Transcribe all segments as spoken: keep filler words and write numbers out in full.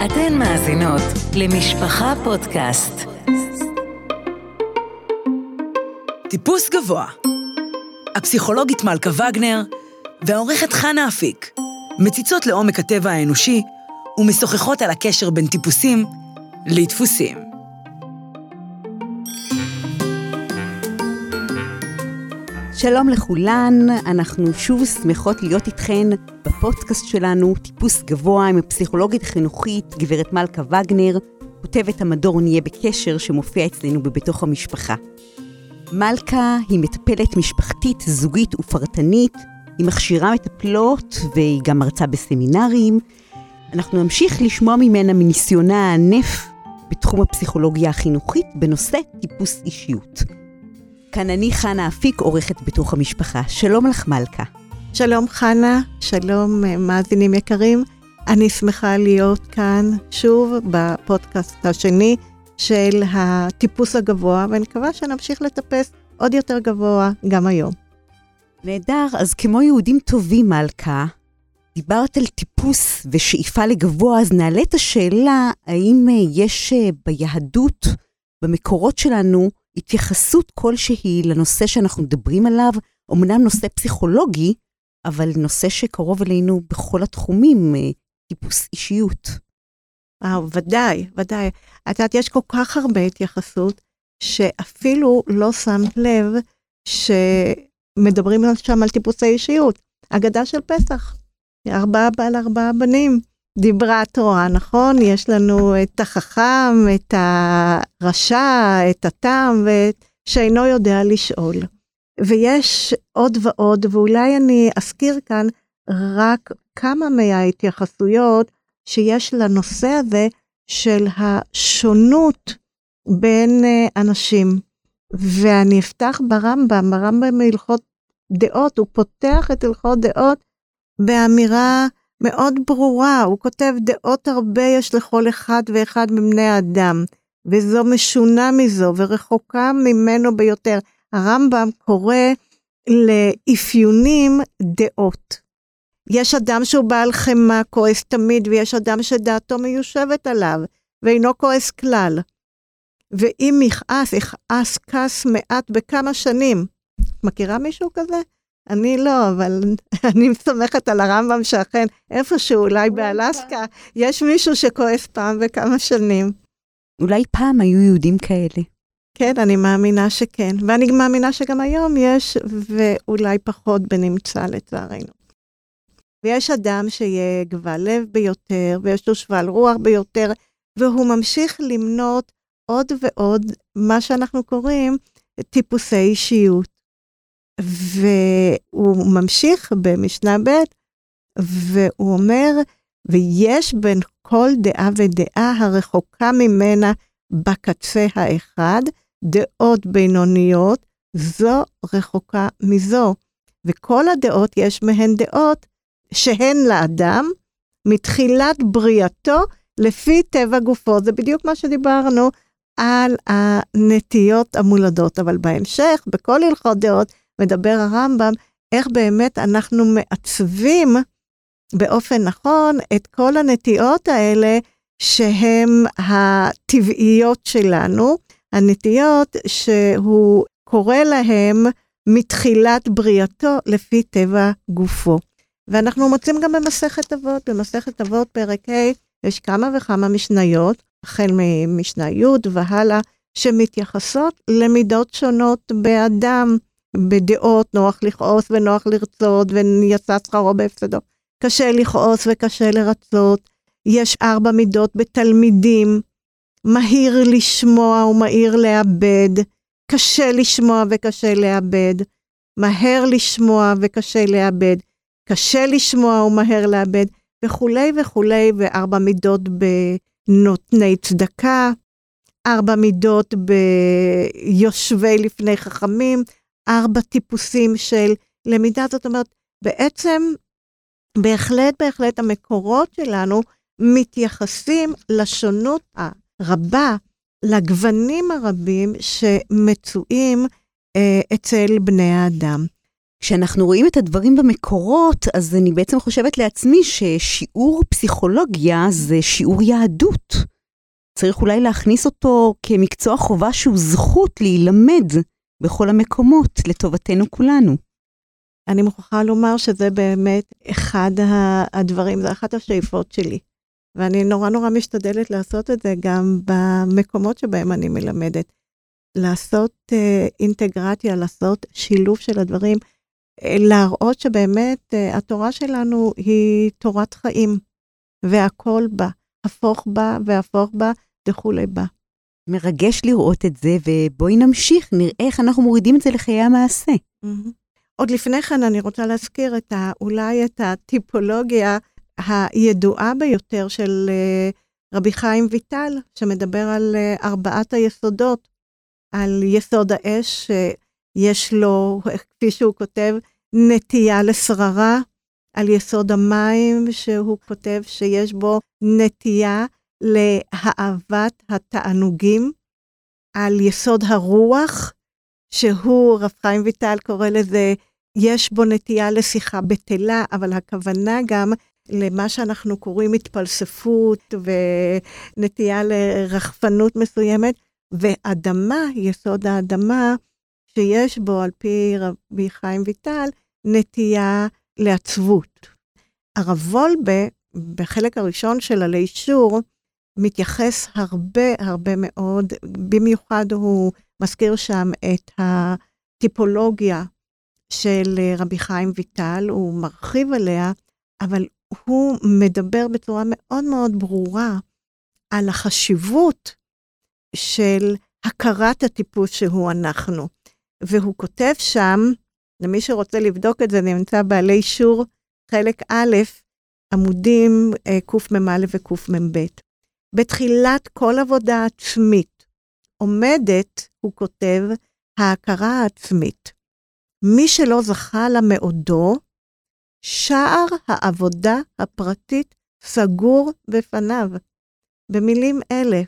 אתן מאזינות למשפחה פודקאסט. טיפוס גבוה. הפסיכולוגית מלכה וגנר והעורכת חנה אפיק מציצות לעומק הטבע האנושי ומשוחחות על הקשר בין טיפוסים לדפוסים. שלום לכולן, אנחנו שוב שמחות להיות איתכן בפודקאסט שלנו, טיפוס גבוה עם הפסיכולוגית חינוכית גברת מלכה וגנר, כותבת המדור נהיה בקשר שמופיע אצלנו בבתוך המשפחה. מלכה היא מטפלת משפחתית, זוגית ופרטנית, היא מכשירה מטפלות והיא גם מרצה בסמינרים. אנחנו נמשיך לשמוע ממנה מניסיונה הענף בתחום הפסיכולוגיה החינוכית בנושא טיפוס אישיות. כאן אני חנה אפיק, עורכת בתוך המשפחה. שלום לך מלכה. שלום חנה, שלום מאזינים יקרים. אני שמחה להיות כאן שוב בפודקאסט השני של הטיפוס הגבוה, ואני מקווה שנמשיך לטפס עוד יותר גבוה גם היום. נהדר, אז כמו יהודים טובים מלכה, דיברת על טיפוס ושאיפה לגבוה, אז נעלה את השאלה, האם יש ביהדות, במקורות שלנו, התייחסות כלשהי לנושא שאנחנו מדברים עליו, אמנם נושא פסיכולוגי, אבל נושא שקרוב אלינו בכל התחומים, טיפוס אישיות. וואו, ודאי, ודאי. את יודעת, יש כל כך הרבה התייחסות, שאפילו לא שמת לב שמדברים שם על טיפוסי אישיות. אגדה של פסח, ארבעה בעל ארבעה בנים. דיברה התורה, נכון? יש לנו את החכם, את הרשע, את התם, שאינו יודע לשאול. ויש עוד ועוד, ואולי אני אזכיר כאן רק כמה מההתייחסויות שיש לנושא הזה של השונות בין אנשים. ואני אפתח ברמב"ם, ברמב"ם מהלכות דעות, הוא פותח את הלכות דעות באמירה מאוד ברורה, הוא כותב דעות הרבה יש לכל אחד ואחד מבני האדם, וזו משונה מזו ורחוקה ממנו ביותר. הרמב"ם קורא לאפיונים דעות. יש אדם שהוא בעל חמה, כועס תמיד, ויש אדם שדעתו מיושבת עליו, ואינו כועס כלל. ואם יכעס, יכעס כעס מעט בכמה שנים. מכירה מישהו כזה? אני לא, אבל אני מסמכת על הרמב"ם שאכן איפשהו, אולי באלסקה, יש מישהו שכועס פעם וכמה שנים. אולי פעם היו יהודים כאלה. כן, אני מאמינה שכן. ואני מאמינה שגם היום יש, ואולי פחות בנמצא לצערנו. ויש אדם שיהיה גבל לב ביותר, ויש לו שבל רוח ביותר, והוא ממשיך למנות עוד ועוד, מה שאנחנו קוראים טיפוסי אישיות. והוא ממשיך במשנה ב' והוא אומר, ויש בין כל דעה ודעה הרחוקה ממנה בקצה האחד, דעות בינוניות, זו רחוקה מזו. וכל הדעות יש מהן דעות שהן לאדם, מתחילת בריאתו, לפי טבע גופו. זה בדיוק מה שדיברנו על הנטיות המולדות, אבל בהמשך, בכל הלכות דעות, מדבר הרמב"ם, איך באמת אנחנו מעצבים באופן נכון את כל הנטיות האלה, שהן הטבעיות שלנו, הנטיות שהוא קורא להם מתחילת בריאתו לפי טבע גופו. ואנחנו מוצאים גם במסכת אבות, במסכת אבות פרק ה' יש כמה וכמה משניות, החל ממשנה י' והלאה, שמתייחסות למידות שונות באדם, בדעות, נוח לכעוס ונוח לרצות, ויצא שכרו בהפסדו. קשה לכעוס וקשה לרצות. יש ארבע מידות בתלמידים, מהיר לשמוע ומהיר לאבד, קשה לשמוע וקשה לאבד, מהר לשמוע וקשה לאבד, קשה לשמוע ומהר לאבד, וכולי וכולי, וארבע מידות בנותני צדקה, ארבע מידות ביושבי לפני חכמים, ארבע טיפוסים של למידה. זאת אומרת, בעצם בהחלט בהחלט המקורות שלנו מתייחסים לשונות הרבה, לגוונים הרבים שמצויים אה, אצל בני האדם. כשאנחנו רואים את הדברים במקורות, אז אני בעצם חושבת לעצמי ששיעור פסיכולוגיה זה שיעור יהדות. צריך אולי להכניס אותו כמקצוע חובה שהוא זכות להילמד בכל המקומות, לטובתנו כולנו. אני מוכרחה לומר שזה באמת אחד הדברים, זה אחת השאיפות שלי. ואני נורא נורא משתדלת לעשות את זה גם במקומות שבהם אני מלמדת. לעשות אה, אינטגרציה, לעשות שילוב של הדברים, אה, להראות שבאמת אה, התורה שלנו היא תורת חיים, והכל בה, הפוך בה והפוך בה, וכולי בה. מרגש לראות את זה, ובואי נמשיך, נראה איך אנחנו מורידים את זה לחיי המעשה. Mm-hmm. עוד לפני כן אני רוצה להזכיר את ה, אולי את הטיפולוגיה הידועה ביותר של uh, רבי חיים ויטל, שמדבר על uh, ארבעת היסודות, על יסוד האש, שיש לו, כפי שהוא כותב, נטייה לשררה, על יסוד המים, שהוא כותב שיש בו נטייה לאהבת התענוגים, על יסוד הרוח, שהוא, רב חיים ויטל קורא לזה, יש בו נטייה לשיחה בטלה, אבל הכוונה גם למה שאנחנו קוראים התפלספות, ונטייה לרחפנות מסוימת, ואדמה, יסוד האדמה, שיש בו על פי רבי חיים ויטל, נטייה לעצבות. הרב וולבה, בחלק הראשון של עלי שור, מתייחס הרבה הרבה מאוד, במיוחד הוא מזכיר שם את הטיפולוגיה של רבי חיים ויטל, הוא מרחיב עליה, אבל הוא מדבר בצורה מאוד מאוד ברורה על החשיבות של הכרת הטיפוס שהוא אנחנו. והוא כותב שם, למי שרוצה לבדוק את זה, נמצא בעלי שור חלק א', עמודים קוף ממלא וקוף מב'. בתחילת כל עבודה עצמית, עומדת, הוא כותב, ההכרה העצמית. מי שלא זכה לה מעודו, שער העבודה הפרטית סגור בפניו. במילים אלה,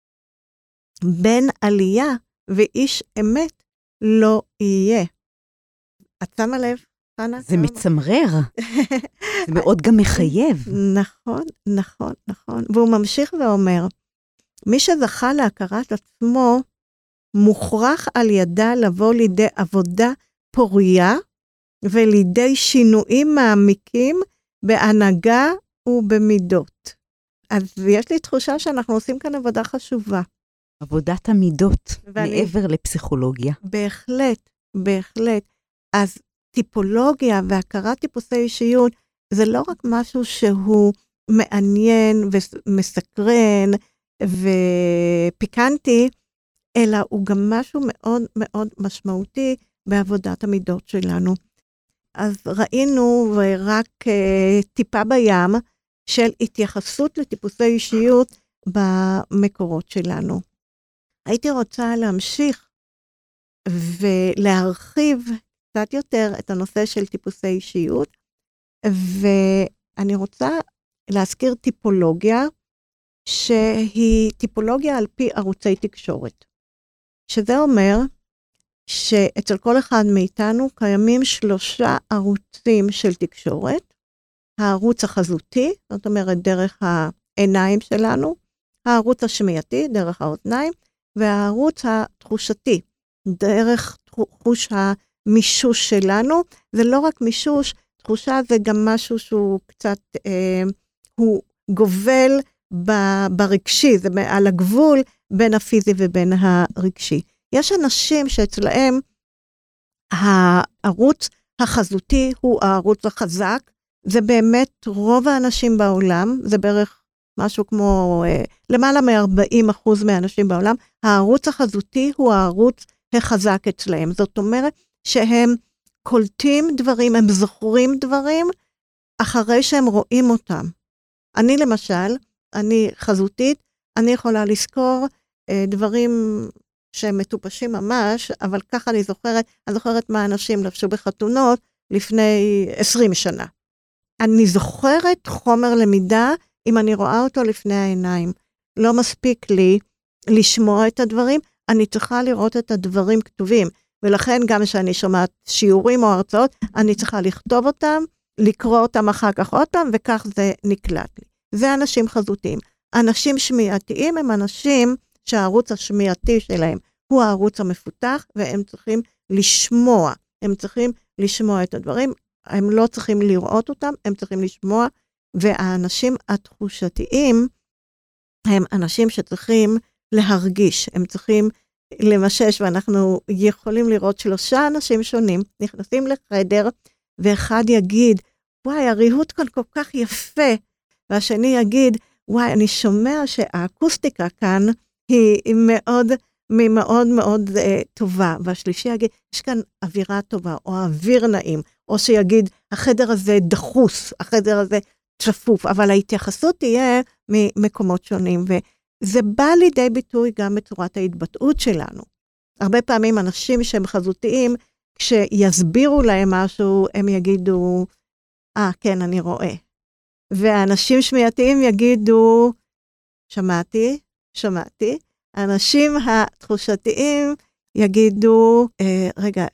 בין עלייה ואיש אמת לא יהיה. את שמה לב, חנה? זה מצמרר. זה מאוד גם מחייב. נכון, נכון, נכון. והוא ממשיך ואומר, מי שזכה להכרת עצמו, מוכרח על ידה לבוא לידי עבודה פוריה, ולידי שינויים מעמיקים בהנהגה ובמידות. אז יש לי תחושה שאנחנו עושים כאן עבודה חשובה. עבודת המידות, ואני... מעבר לפסיכולוגיה. בהחלט, בהחלט. אז טיפולוגיה והכרת טיפוסי אישיות, זה לא רק משהו שהוא מעניין ומסקרן ופיקנטי, אלא הוא גם משהו מאוד מאוד משמעותי בעבודת המידות שלנו. אז ראינו רק uh, טיפה בים של התייחסות לטיפוסי אישיות במקורות שלנו. הייתי רוצה להמשיך ולהרחיב קצת יותר את הנושא של טיפוסי אישיות, ואני רוצה להזכיר טיפולוגיה, שהיא טיפולוגיה על פי ערוצי תקשורת. שזה אומר שאצל כל אחד מאיתנו קיימים שלושה ערוצים של תקשורת, הערוץ החזותי, זאת אומרת דרך העיניים שלנו, הערוץ השמיעתי, דרך האוזניים, והערוץ התחושתי, דרך חוש המישוש שלנו. זה לא רק מישוש, תחושה זה גם משהו שהוא קצת, אה, הוא גובל ב- ברגשי, זה על הגבול בין הפיזי ובין הרגשי. יש אנשים שאצלהם הערוץ החזותי הוא הערוץ החזק, זה באמת רוב האנשים בעולם, זה בערך משהו כמו אה, למעלה מ-ארבעים אחוז מהאנשים בעולם, הערוץ החזותי הוא הערוץ החזק אצלהם. זאת אומרת שהם קולטים דברים, הם זוכרים דברים אחרי שהם רואים אותם. אני למשל, אני חזותית, אני יכולה לזכור אה, דברים שהם מטופשים ממש, אבל ככה אני זוכרת, אני זוכרת מה אנשים לבשו בחתונות לפני עשרים שנה. אני זוכרת חומר למידה אם אני רואה אותו לפני העיניים. לא מספיק לי לשמוע את הדברים, אני צריכה לראות את הדברים כתובים. ולכן גם כשאני שומעת שיעורים או הרצאות, אני צריכה לכתוב אותם, לקרוא אותם אחר כך עוד פעם, וכך זה נקלט לי. זה אנשים חזותיים. אנשים שמיעתיים הם אנשים שהערוץ השמיעתי שלהם הוא הערוץ המפותח, והם צריכים לשמוע. הם צריכים לשמוע את הדברים, הם לא צריכים לראות אותם, הם צריכים לשמוע, והאנשים התחושתיים הם אנשים שצריכים להרגיש, הם צריכים למשש, ואנחנו יכולים לראות שלושה אנשים שונים, נכנסים לחדר, ואחד יגיד, וואי, הריהוט כאן כל כך יפה, והשני יגיד, וואי, אני שומע שהאקוסטיקה כאן היא מאוד, מאוד מאוד uh, טובה, והשלישי יגיד, יש כאן אווירה טובה, או אוויר נעים, או שיגיד, החדר הזה דחוס, החדר הזה צפוף, אבל ההתייחסות תהיה ממקומות שונים, וזה בא לידי ביטוי גם בצורת ההתבטאות שלנו. הרבה פעמים אנשים שהם חזותיים, כשיסבירו להם משהו, הם יגידו, אה, ah, כן, אני רואה. והאנשים שמיעתיים יגידו, שמעתי, שמעתי. האנשים התחושתיים יגידו, אה, רגע,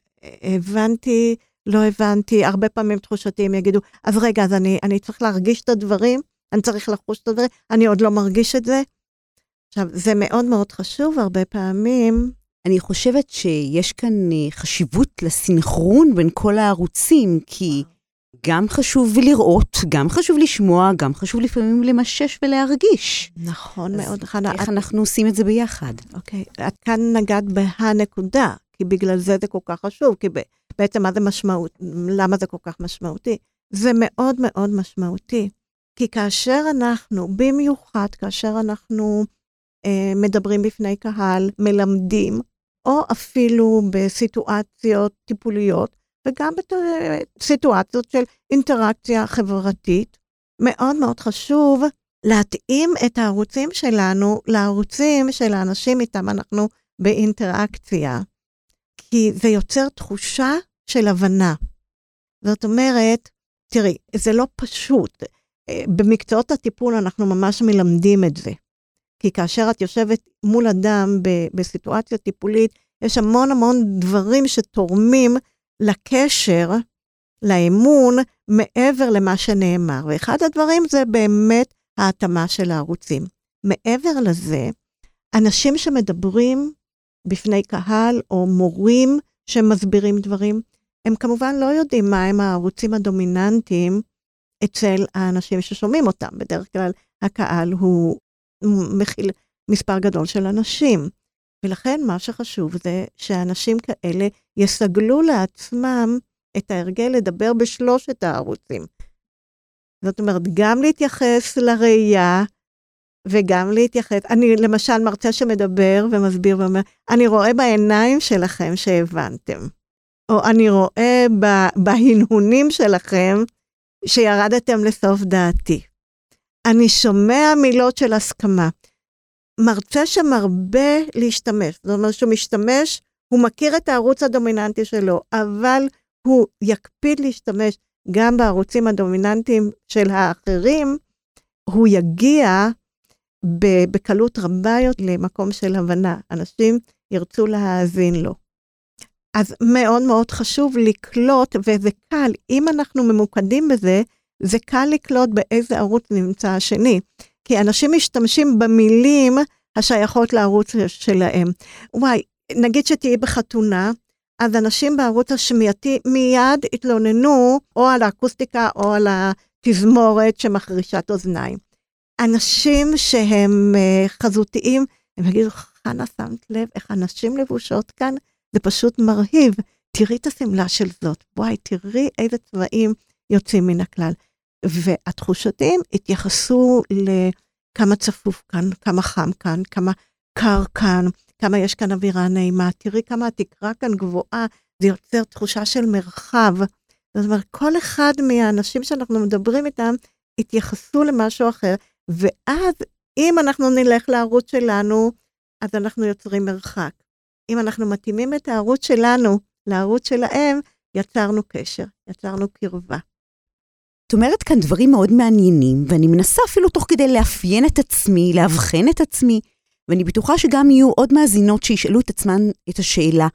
הבנתי, לא הבנתי, הרבה פעמים תחושתיים יגידו, אז רגע, אז אני, אני צריך להרגיש את הדברים, אני צריך לחוש את הדברים, אני עוד לא מרגיש את זה. עכשיו, זה מאוד מאוד חשוב, הרבה פעמים. אני חושבת שיש כאן חשיבות לסינכרון בין כל הערוצים, כי גם חשוב לראות, גם חשוב לשמוע, גם חשוב לפעמים למשש ולהרגיש. נכון מאוד. איך את... אנחנו עושים את זה ביחד? אוקיי, את כאן נגעת בהנקודה, כי בגלל זה זה כל כך חשוב, כי בעצם מה זה משמעות, למה זה כל כך משמעותי? זה מאוד מאוד משמעותי, כי כאשר אנחנו, במיוחד כאשר אנחנו אה, מדברים בפני קהל, מלמדים, או אפילו בסיטואציות טיפוליות, וגם בסיטואציות של אינטראקציה חברתית, מאוד מאוד חשוב להתאים את הערוצים שלנו לערוצים של האנשים איתם אנחנו באינטראקציה, כי זה יוצר תחושה של הבנה. זאת אומרת, תראי, זה לא פשוט. במקצועות הטיפול אנחנו ממש מלמדים את זה. כי כאשר את יושבת מול אדם בסיטואציה טיפולית, יש המון המון דברים שתורמים לקשר, לאמון, מעבר למה שנאמר. ואחד הדברים זה באמת ההתאמה של הערוצים. מעבר לזה, אנשים שמדברים בפני קהל או מורים שמסבירים דברים, הם כמובן לא יודעים מה הם הערוצים הדומיננטיים אצל האנשים ששומעים אותם. בדרך כלל הקהל הוא מכיל מספר גדול של אנשים. ולכן מה שחשוב זה שאנשים כאלה יסגלו לעצמם את ההרגל לדבר בשלושת הערוצים. זאת אומרת, גם להתייחס לראייה, וגם להתייחס, אני למשל מרצה שמדבר ומסביר ואומר, אני רואה בעיניים שלכם שהבנתם, או אני רואה בהנהונים שלכם שירדתם לסוף דעתי. אני שומע מילות של הסכמה. מרצה שמרבה להשתמש, זאת אומרת שהוא משתמש, הוא מכיר את הערוץ הדומיננטי שלו, אבל הוא יקפיד להשתמש גם בערוצים הדומיננטיים של האחרים, הוא יגיע בקלות רבה יותר למקום של הבנה. אנשים ירצו להאזין לו. אז מאוד מאוד חשוב לקלוט, וזה קל, אם אנחנו ממוקדים בזה, זה קל לקלוט באיזה ערוץ נמצא השני. כי אנשים משתמשים במילים השייכות לערוץ שלהם. וואי, נגיד שתהיי בחתונה, אז אנשים בערוץ השמיעתי מיד התלוננו, או על האקוסטיקה או על התזמורת שמחרישת אוזניים. אנשים שהם חזותיים, הם יגידו, חנה, שמת לב איך אנשים לבושות כאן, זה פשוט מרהיב. תראי את הסמלה של זאת, וואי, תראי איזה צבעים יוצאים מן הכלל. והתחושתיים התייחסו לכמה צפוף כאן, כמה חם כאן, כמה קר כאן, כמה יש כאן אווירה נעימה, תראי כמה התקרה כאן גבוהה, זה יוצר תחושה של מרחב. זאת אומרת, כל אחד מהאנשים שאנחנו מדברים איתם, התייחסו למשהו אחר, ואז אם אנחנו נלך לערוץ שלנו, אז אנחנו יוצרים מרחק. אם אנחנו מתאימים את הערוץ שלנו לערוץ שלהם, יצרנו קשר, יצרנו קרבה. את אומרת כאן דברים מאוד מעניינים, ואני מנסה אפילו תוך כדי לאפיין את עצמי, להבחן את עצמי, ואני בטוחה שגם יהיו עוד מאזינות שישאלו את עצמן את השאלה,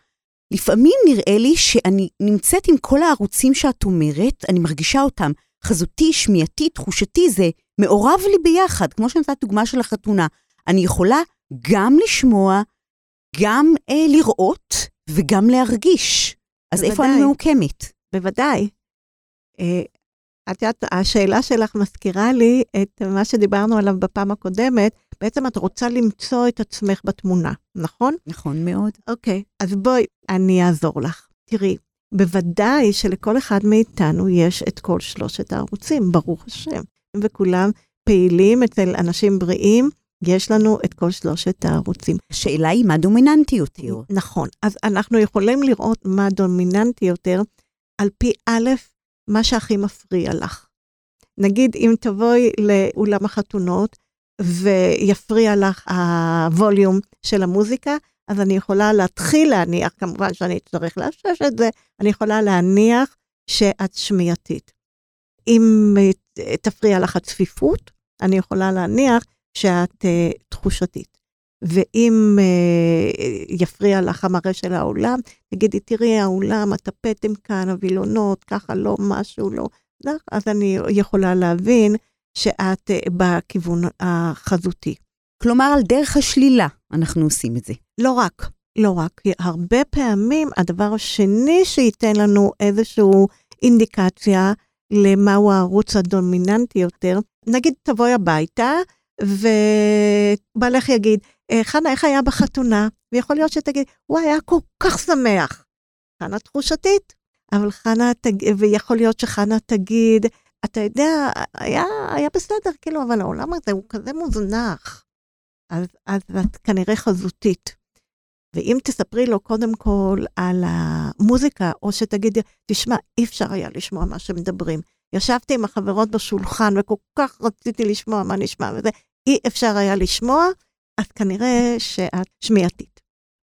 לפעמים נראה לי שאני נמצאת עם כל הערוצים שאת אומרת, אני מרגישה אותם, חזותי, שמיעתי, תחושתי, זה מעורב לי ביחד, כמו שנתת דוגמה של החתונה. אני יכולה גם לשמוע, גם אה, לראות, וגם להרגיש. אז בוודאי. איפה אני מעוקמת? בוודאי. אה, את יודעת, השאלה שלך מזכירה לי את מה שדיברנו עליו בפעם הקודמת, בעצם את רוצה למצוא את עצמך בתמונה, נכון? נכון מאוד. אוקיי, אז בואי, אני אעזור לך. תראי, בוודאי שלכל אחד מאיתנו יש את כל שלושת הערוצים, ברוך השם. וכולם פעילים אצל אנשים בריאים, יש לנו את כל שלושת הערוצים. השאלה היא מה דומיננטי יותר. נכון, אז אנחנו יכולים לראות מה דומיננטי יותר, על פי א', מה שהכי מפריע לך. נגיד, אם תבואי לאולם החתונות, ויפריע לך הווליום של המוזיקה, אז אני יכולה להתחיל להניח, כמובן שאני צריך לאשש את זה, אני יכולה להניח שאת שמיעתית. אם תפריע לך הצפיפות, אני יכולה להניח שאת uh, תחושתית. ואם uh, יפריע לך המראה של העולם, תגידי, תראי העולם, הטפטים כאן, הווילונות, ככה לא, משהו לא. אז אני יכולה להבין שאת uh, בכיוון החזותי. כלומר, על דרך השלילה אנחנו עושים את זה. לא רק, לא רק. הרבה פעמים הדבר השני שייתן לנו איזושהי אינדיקציה למהו הערוץ הדומיננטי יותר, נגיד תבואי הביתה, ובעלך יגיד, חנה, איך היה בחתונה? ויכול להיות שתגיד, וואי, היה כל כך שמח. חנה תחושתית, אבל חנה, ויכול להיות שחנה תגיד, אתה יודע, היה, היה בסדר, כאילו, אבל העולם הזה הוא כזה מוזנח. אז, אז את כנראה חזותית. ואם תספרי לו קודם כל על המוזיקה, או שתגידי, תשמע, אי אפשר היה לשמוע מה שמדברים. ישבתי עם החברות בשולחן, וכל כך רציתי לשמוע מה נשמע, וזה אי אפשר היה לשמוע, אז כנראה שאת שמיעתית.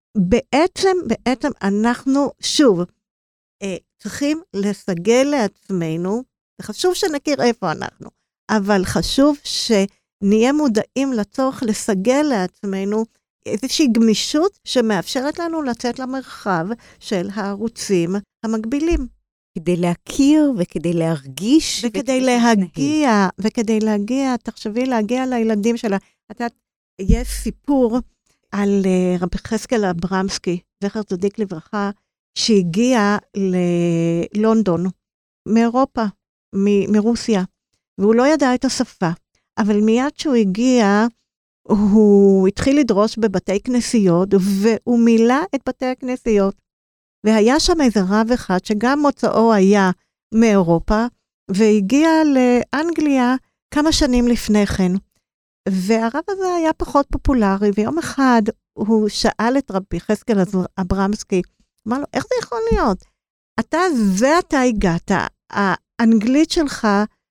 בעצם, בעצם אנחנו, שוב, אה, צריכים לסגל לעצמנו, זה חשוב שנכיר איפה אנחנו, אבל חשוב שנהיה מודעים לצורך לסגל לעצמנו, איזושהי גמישות שמאפשרת לנו לצאת למרחב של הערוצים המקבילים. כדי להכיר וכדי להרגיש. וכדי להגיע, וכדי להגיע, תחשבי להגיע לילדים שלה. את יודעת, יש סיפור על uh, רבי חזקאל אברמסקי, זכר צדיק לברכה, שהגיע ללונדון, מאירופה, מ- מרוסיה, והוא לא ידע את השפה, אבל מיד שהוא הגיע, הוא התחיל לדרוש בבתי כנסיות, והוא מילא את בתי הכנסיות. והיה שם איזה רב אחד, שגם מוצאו היה מאירופה, והגיע לאנגליה כמה שנים לפני כן. והרב הזה היה פחות פופולרי, ויום אחד הוא שאל את רבי חזקאל אברמסקי, אמר לו, איך זה יכול להיות? אתה, זה אתה הגעת, האנגלית שלך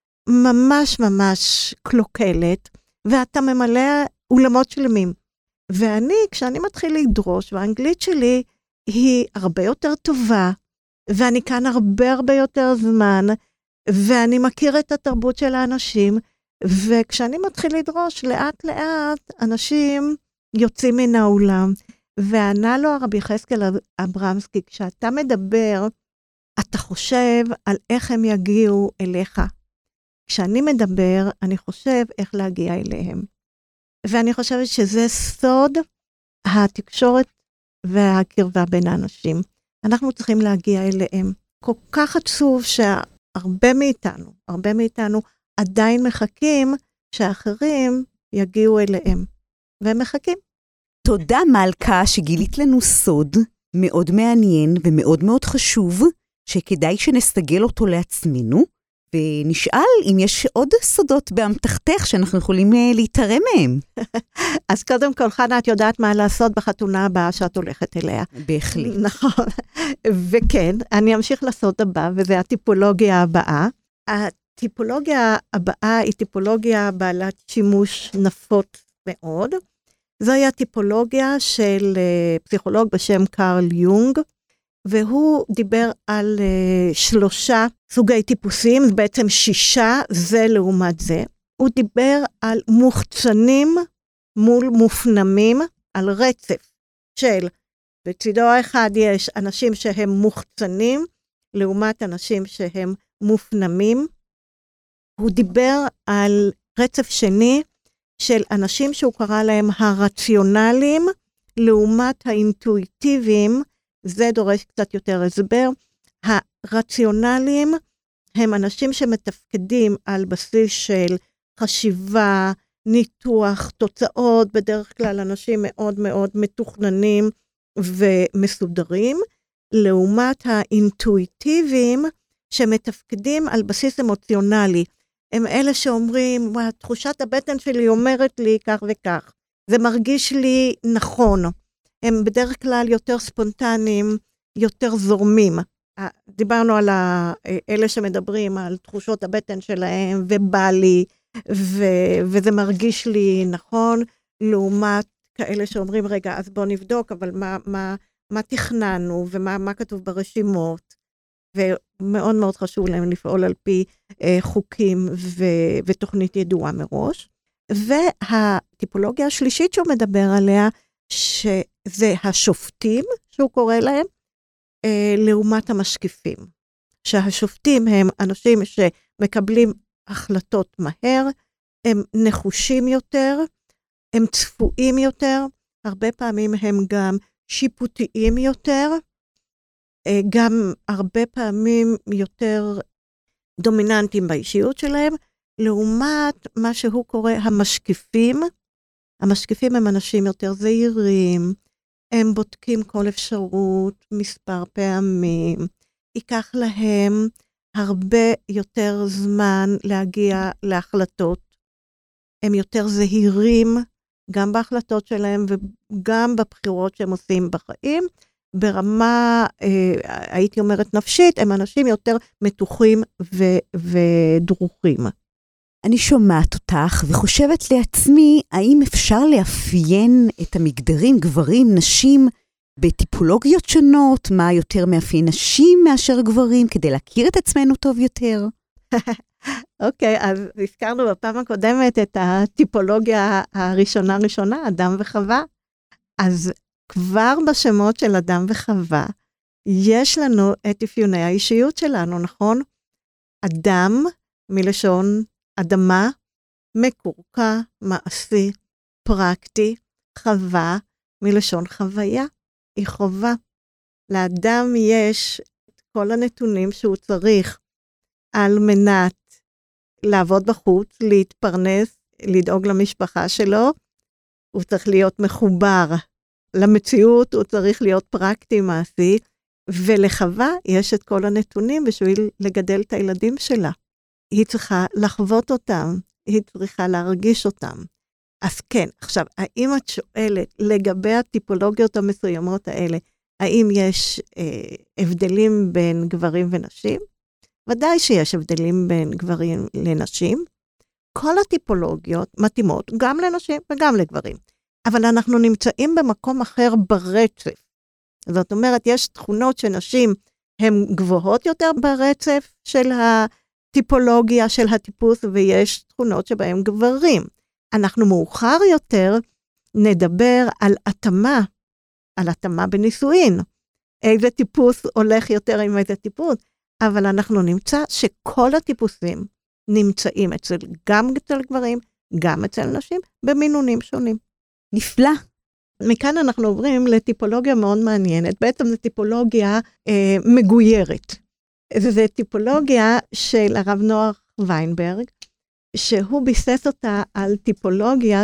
ממש ממש קלוקלת, ואתה ממלא אולמות שלמים. ואני, כשאני מתחיל לדרוש, והאנגלית שלי היא הרבה יותר טובה, ואני כאן הרבה הרבה יותר זמן, ואני מכיר את התרבות של האנשים, וכשאני מתחיל לדרוש, לאט לאט אנשים יוצאים מן האולם, וענה לו הרבי חזקאל אברמסקי, כשאתה מדבר, אתה חושב על איך הם יגיעו אליך. כשאני מדבר, אני חושב איך להגיע אליהם. ואני חושבת שזה סוד התקשורת והקרבה בין האנשים. אנחנו צריכים להגיע אליהם. כל כך עצוב שהרבה מאיתנו, הרבה מאיתנו עדיין מחכים שאחרים יגיעו אליהם. והם מחכים. תודה מלכה שגילית לנו סוד מאוד מעניין ומאוד מאוד חשוב, שכדאי שנסתגל אותו לעצמנו, ונשאל אם יש עוד סודות באמתחתך שאנחנו יכולים להתערם מהם. אז קודם כל, חנה, את יודעת מה לעשות בחתונה הבאה שאת הולכת אליה. בהחלט. נכון. וכן, אני אמשיך לסוד הבא, וזה הטיפולוגיה הבאה. הטיפולוגיה הבאה היא טיפולוגיה בעלת שימוש נפוץ מאוד. זוהי הטיפולוגיה של פסיכולוג בשם קרל יונג, והוא דיבר על uh, שלושה סוגי טיפוסים, בעצם שישה, זה לעומת זה. הוא דיבר על מוחצנים מול מופנמים, על רצף של בצדו האחד יש אנשים שהם מוחצנים, לעומת אנשים שהם מופנמים. הוא דיבר על רצף שני של אנשים שהוא קרא להם הרציונליים, לעומת האינטואיטיביים, זה דורש קצת יותר הסבר. הרציונליים הם אנשים שמתפקדים על בסיס של חשיבה, ניתוח, תוצאות, בדרך כלל אנשים מאוד מאוד מתוכננים ומסודרים, לעומת האינטואיטיביים שמתפקדים על בסיס אמוציונלי. הם אלה שאומרים, תחושת הבטן שלי אומרת לי כך וכך, זה מרגיש לי נכון. הם בדרך כלל יותר ספונטניים, יותר זורמים. דיברנו על אלה שמדברים על תחושות הבטן שלהם, ובא לי, ו- וזה מרגיש לי נכון, לעומת כאלה שאומרים, רגע, אז בוא נבדוק, אבל מה, מה, מה תכננו, ומה מה כתוב ברשימות, ומאוד מאוד חשוב להם לפעול על פי אה, חוקים ו- ותוכנית ידועה מראש. והטיפולוגיה השלישית שהוא מדבר עליה, שזה השופטים, שהוא קורא להם, אה, לעומת המשקיפים. שהשופטים הם אנשים שמקבלים החלטות מהר, הם נחושים יותר, הם צפויים יותר, הרבה פעמים הם גם שיפוטיים יותר, גם הרבה פעמים יותר דומיננטיים באישיות שלהם, לעומת מה שהוא קורא המשקיפים. המשקיפים הם אנשים יותר זהירים, הם בודקים כל אפשרות מספר פעמים, ייקח להם הרבה יותר זמן להגיע להחלטות, הם יותר זהירים גם בהחלטות שלהם וגם בבחירות שהם עושים בחיים, ברמה, אה, הייתי אומרת נפשית, הם אנשים יותר מתוחים ו- ודרוכים. אני שומעת אותך וחושבת לעצמי, האם אפשר לאפיין את המגדרים, גברים, נשים, בטיפולוגיות שונות, מה יותר מאפיין נשים מאשר גברים, כדי להכיר את עצמנו טוב יותר? אוקיי, אז הזכרנו בפעם הקודמת את הטיפולוגיה הראשונה ראשונה, אדם וחווה. אז כבר בשמות של אדם וחווה, יש לנו את אפיוני האישיות שלנו, נכון? אדם, מלשון אדמה, מקורקע, מעשי, פרקטי, חווה, מלשון חוויה, היא חובה. לאדם יש את כל הנתונים שהוא צריך על מנת לעבוד בחוץ, להתפרנס, לדאוג למשפחה שלו, הוא צריך להיות מחובר למציאות, הוא צריך להיות פרקטי מעשי, ולחווה יש את כל הנתונים בשביל לגדל את הילדים שלה. היא צריכה לחוות אותם, היא צריכה להרגיש אותם. אז כן, עכשיו, האם את שואלת לגבי הטיפולוגיות המסוימות האלה, האם יש אה, הבדלים בין גברים ונשים? ודאי שיש הבדלים בין גברים לנשים. כל הטיפולוגיות מתאימות גם לנשים וגם לגברים. אבל אנחנו נמצאים במקום אחר ברצף. זאת אומרת, יש תכונות שנשים הן גבוהות יותר ברצף של הטיפולוגיה, של הטיפוס, ויש תכונות שבהן גברים. אנחנו מאוחר יותר נדבר על התאמה, על התאמה בנישואין. איזה טיפוס הולך יותר עם איזה טיפוס, אבל אנחנו נמצא שכל הטיפוסים נמצאים אצל, גם אצל גברים, גם אצל נשים, במינונים שונים. נפלא. מכאן אנחנו עוברים לטיפולוגיה מאוד מעניינת, בעצם זו טיפולוגיה אה, מגוירת. זו טיפולוגיה של הרב נוח ויינברג, שהוא ביסס אותה על טיפולוגיה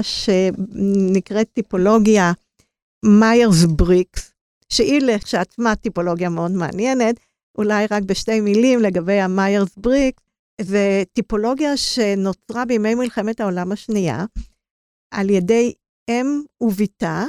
שנקראת טיפולוגיה מיירס בריקס, שהיא לעצמה טיפולוגיה מאוד מעניינת, אולי רק בשתי מילים לגבי המיירס בריקס, זו טיפולוגיה שנוצרה בימי מלחמת העולם השנייה, על ידי אם וביתה,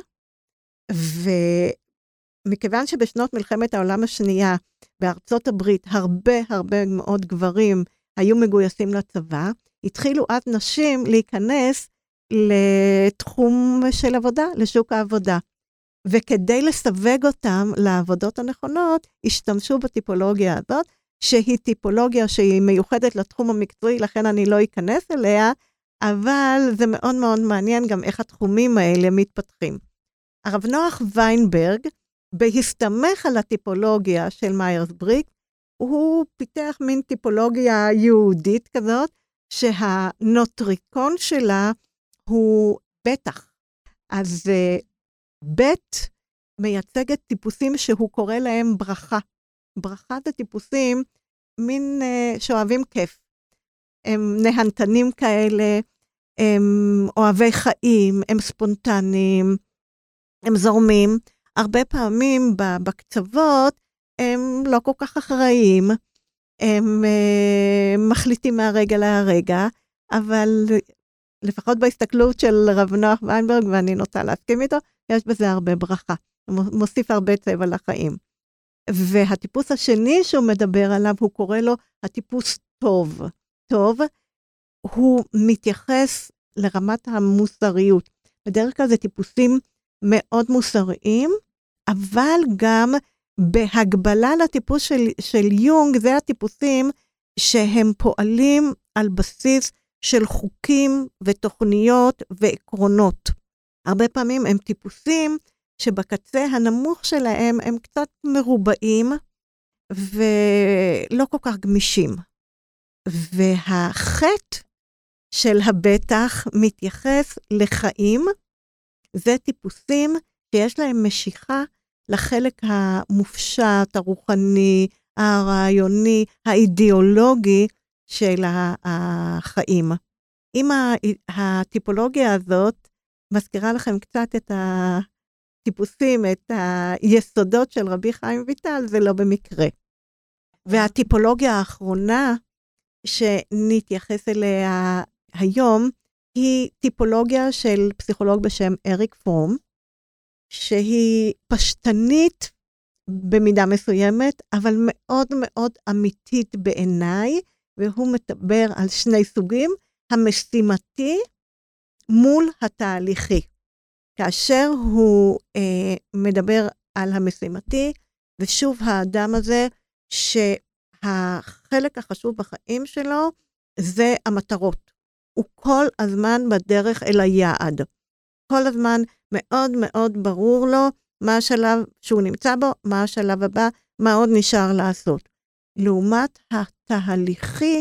ומכיוון שבשנות מלחמת העולם השנייה, בארצות הברית, הרבה הרבה מאוד גברים היו מגויסים לצבא, התחילו אז נשים להיכנס לתחום של עבודה, לשוק העבודה. וכדי לסווג אותם לעבודות הנכונות, השתמשו בטיפולוגיה הזאת, שהיא טיפולוגיה שהיא מיוחדת לתחום המקצועי, לכן אני לא אכנס אליה, אבל זה מאוד מאוד מעניין גם איך התחומים האלה מתפתחים. הרב נוח ויינברג, בהסתמך על הטיפולוגיה של מיירס ברiggs, הוא פיתח מין טיפולוגיה יהודית כזאת, שהנוטריקון שלה הוא בטח. אז בית מייצגת טיפוסים שהוא קורא להם ברכה. ברכה זה טיפוסים מין שאוהבים כיף. הם נהנתנים כאלה, הם אוהבי חיים, הם ספונטניים, הם זורמים. הרבה פעמים בקצוות הם לא כל כך אחראיים, הם מחליטים מהרגע להרגע, אבל לפחות בהסתכלות של רב נוח ויינברג, ואני נוטה להסכים איתו, יש בזה הרבה ברכה, מוסיף הרבה צבע לחיים. והטיפוס השני שהוא מדבר עליו, הוא קורא לו הטיפוס טוב. טוב, הוא מתייחס לרמת המוסריות. בדרך כלל זה טיפוסים מאוד מוסריים, אבל גם בהגבלה לטיפוס של, של יונג, זה הטיפוסים שהם פועלים על בסיס של חוקים ותוכניות ועקרונות. הרבה פעמים הם טיפוסים שבקצה הנמוך שלהם הם קצת מרובעים ולא כל כך גמישים. והחטא של הבטח מתייחס לחיים, זה טיפוסים שיש להם משיכה לחלק המופשט, הרוחני, הרעיוני, האידיאולוגי של החיים. אם הטיפולוגיה הזאת מזכירה לכם קצת את הטיפוסים, את היסודות של רבי חיים ויטל, זה לא במקרה. והטיפולוגיה האחרונה שנתייחס אליה היום, היא טיפולוגיה של פסיכולוג בשם אריק פרום, שהיא פשטנית במידה מסוימת, אבל מאוד מאוד אמיתית בעיניי, והוא מדבר על שני סוגים, המשימתי מול התהליכי. כאשר הוא אה, מדבר על המשימתי, ושוב האדם הזה, שהחלק החשוב בחיים שלו, זה המטרות. הוא כל הזמן בדרך אל היעד. כל הזמן מאוד מאוד ברור לו מה השלב שהוא נמצא בו, מה השלב הבא, מה עוד נשאר לעשות. לעומת התהליכי,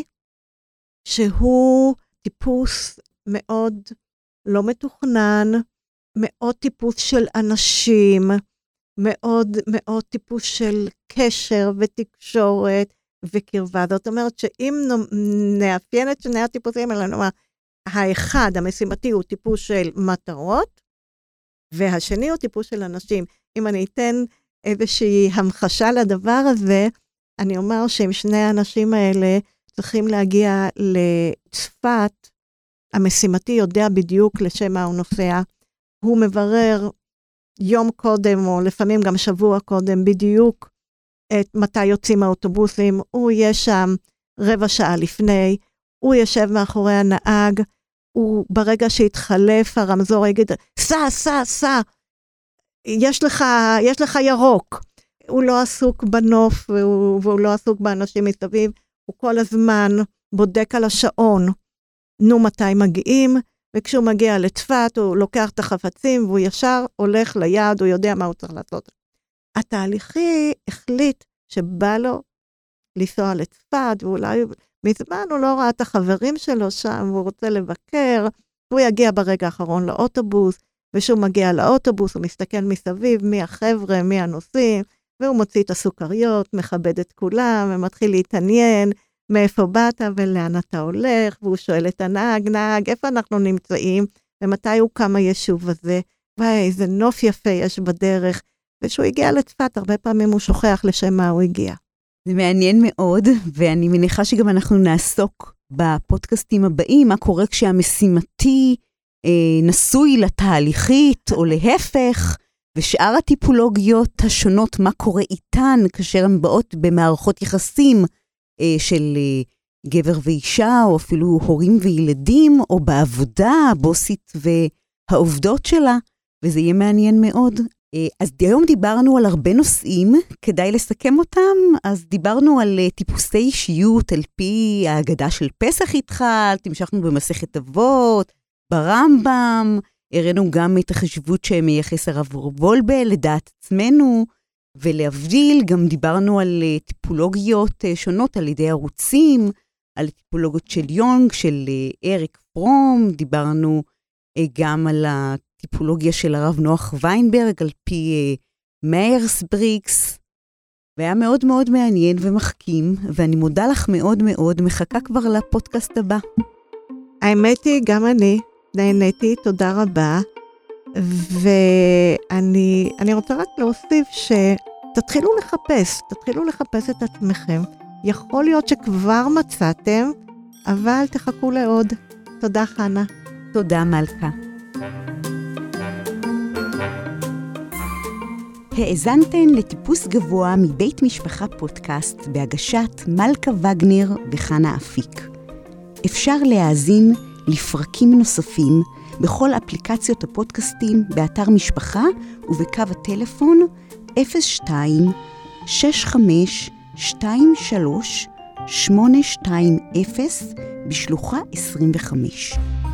שהוא טיפוס מאוד לא מתוכנן, מאוד טיפוס של אנשים, מאוד מאוד טיפוס של קשר ותקשורת וקרבה. זאת אומרת שאם נאפיין את שני הטיפוסים האלה, נאמר, האחד, המשימתי, הוא טיפוס של מטרות, והשני הוא טיפוס של אנשים. אם אני אתן איזושהי המחשה לדבר הזה, אני אומר שהם שני האנשים האלה צריכים להגיע לצפת, המשימתי יודע בדיוק לשם מה הוא נוסע, הוא מברר יום קודם, או לפעמים גם שבוע קודם, בדיוק את מתי יוצאים האוטובוסים, הוא יהיה שם רבע שעה לפני, הוא יושב מאחורי הנהג, הוא ברגע שהתחלף הרמזור יגיד, סע, סע, סע, יש לך, יש לך ירוק. הוא לא עסוק בנוף, והוא, והוא לא עסוק באנשים מסביב, הוא כל הזמן בודק על השעון, נו מתי מגיעים, וכשהוא מגיע לצפת, הוא לוקח את החפצים, והוא ישר הולך ליעד, הוא יודע מה הוא צריך לעשות. התהליכי החליט שבא לו לנסוע לצפת, ואולי מזמן הוא לא ראה את החברים שלו שם, והוא רוצה לבקר, הוא יגיע ברגע האחרון לאוטובוס, ושהוא מגיע לאוטובוס, הוא מסתכל מסביב, מי החבר'ה, מי הנוסעים, והוא מוציא את הסוכריות, מכבד את כולם, ומתחיל להתעניין, מאיפה באת ולאן אתה הולך, והוא שואל את הנהג, נהג, איפה אנחנו נמצאים, ומתי הוא קם היישוב הזה, ואיזה נוף יפה יש בדרך, ושהוא הגיע לצפת, הרבה פעמים הוא שוכח לשם מה הוא הגיע. זה מעניין מאוד, ואני מניחה שגם אנחנו נעסוק בפודקאסטים הבאים, מה קורה כשהמשימתי אה, נשוי לתהליכית, או להפך, ושאר הטיפולוגיות השונות, מה קורה איתן, כאשר הן באות במערכות יחסים אה, של אה, גבר ואישה, או אפילו הורים וילדים, או בעבודה, הבוסית והעובדות שלה, וזה יהיה מעניין מאוד. אז היום דיברנו על הרבה נושאים, כדאי לסכם אותם, אז דיברנו על טיפוסי אישיות, על פי ההגדה של פסח התחלת, המשכנו במסכת אבות, ברמב"ם, הראינו גם את החשיבות שמייחס הרב וולבה לדעת עצמנו, ולהבדיל, גם דיברנו על טיפולוגיות שונות על ידי ערוצים, על טיפולוגיות של יונג, של אריק פרום, דיברנו גם על הטיפולוגיה של הרב נוח ויינברג, על פי מיירס בריקס, והיה מאוד מאוד מעניין ומחכים, ואני מודה לך מאוד מאוד, מחכה כבר לפודקאסט הבא. האמת היא, גם אני נהניתי, תודה רבה, ואני אני רוצה רק להוסיף שתתחילו לחפש, תתחילו לחפש את עצמכם. יכול להיות שכבר מצאתם, אבל תחכו לעוד. תודה חנה. תודה מלכה. האזנתן לטיפוס גבוה מבית משפחה פודקאסט בהגשת מלכה וגנר וחנה אפיק. אפשר להאזין לפרקים נוספים בכל אפליקציות הפודקאסטים באתר משפחה ובקו הטלפון אפס שתיים שש חמש שתיים שלוש שמונה שתיים אפס בשלוחה עשרים וחמש.